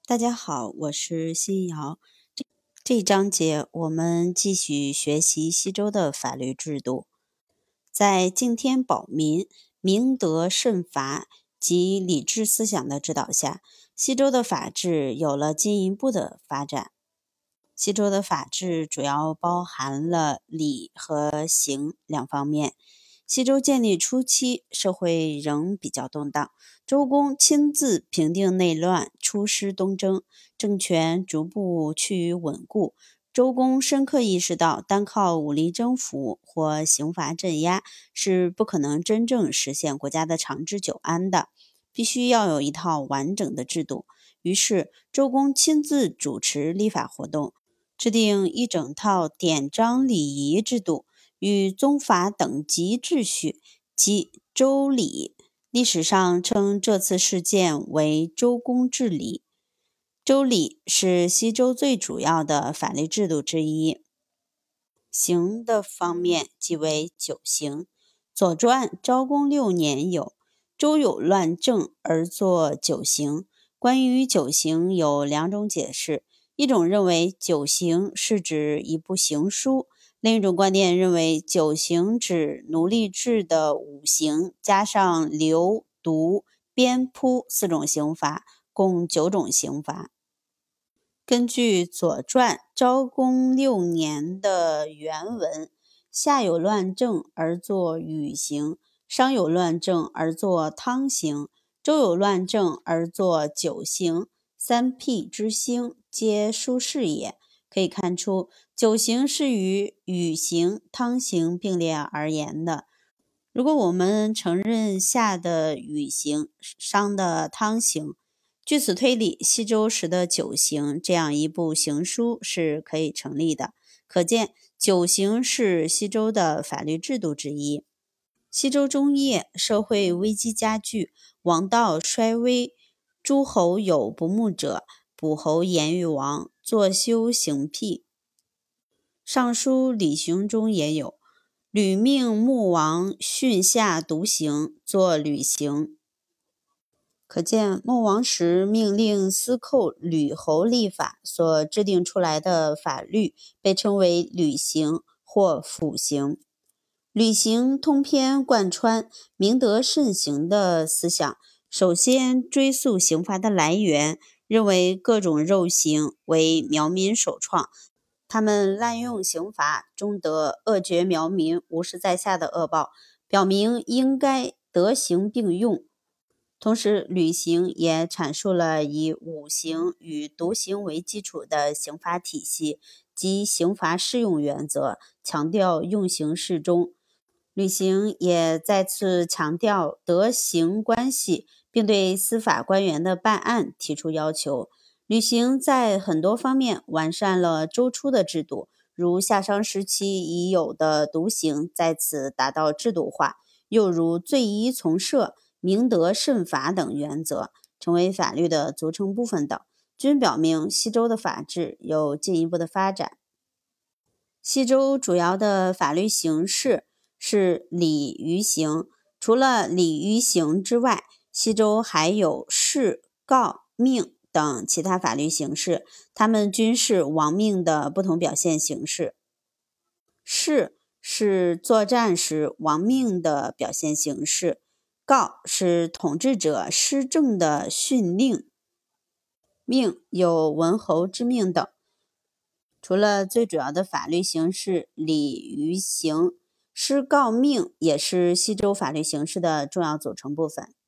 大家好，我是新瑶。这一章节我们继续学习西周的法律制度。在敬天保民、明德慎罚及礼制思想的指导下，西周的法治有了进一步的发展。西周的法治主要包含了礼和刑两方面。西周建立初期，社会仍比较动荡，周公亲自平定内乱，出师东征，政权逐步趋于稳固。周公深刻意识到，单靠武力征服或刑罚镇压是不可能真正实现国家的长治久安的，必须要有一套完整的制度。于是，周公亲自主持立法活动，制定一整套典章礼仪制度与宗法等级秩序，即周礼。历史上称这次事件为周公治理。周礼是西周最主要的法律制度之一。刑的方面即为九刑。左传昭公6年有周有乱政而作九刑。关于九刑有两种解释，一种认为九刑是指一部刑书，另一种观点认为九刑指奴隶制的5刑，加上流、毒、鞭扑4种刑罚，共9种刑罚。根据左传昭公6年的原文，夏有乱政而作禹刑，商有乱政而作汤刑，周有乱政而作九刑，三辟之兴，皆殊事也。可以看出，九刑是与禹刑、汤刑并列而言的。如果我们承认夏的禹刑、商的汤刑，据此推理，西周时的九刑这样一部刑书是可以成立的。可见，九刑是西周的法律制度之一。西周中叶，社会危机加剧，王道衰微，诸侯有不睦者，卜侯言于王，作修刑辟。尚书李雄中也有吕命穆王训下独行，作吕刑。可见穆王时命令司寇吕侯立法所制定出来的法律被称为吕刑或辅刑。吕刑通篇贯穿明德慎行的思想，首先追溯刑罚的来源，认为各种肉刑为苗民首创，他们滥用刑罚，终得恶绝苗民无事在下的恶报，表明应该德刑并用。同时，吕刑也阐述了以五刑与独刑为基础的刑罚体系及刑罚适用原则，强调用刑适中。吕刑也再次强调德刑关系，并对司法官员的办案提出要求。吕刑在很多方面完善了周初的制度，如夏商时期已有的独刑在此达到制度化，又如罪疑从赦、明德慎罚等原则成为法律的组成部分等，均表明西周的法治有进一步的发展。西周主要的法律形式是礼于刑，除了礼于刑之外，西周还有谥、告、命等其他法律形式，它们均是王命的不同表现形式。谥是作战时王命的表现形式，告是统治者施政的训令，命有文侯之命等。除了最主要的法律形式礼于刑，谥告命也是西周法律形式的重要组成部分。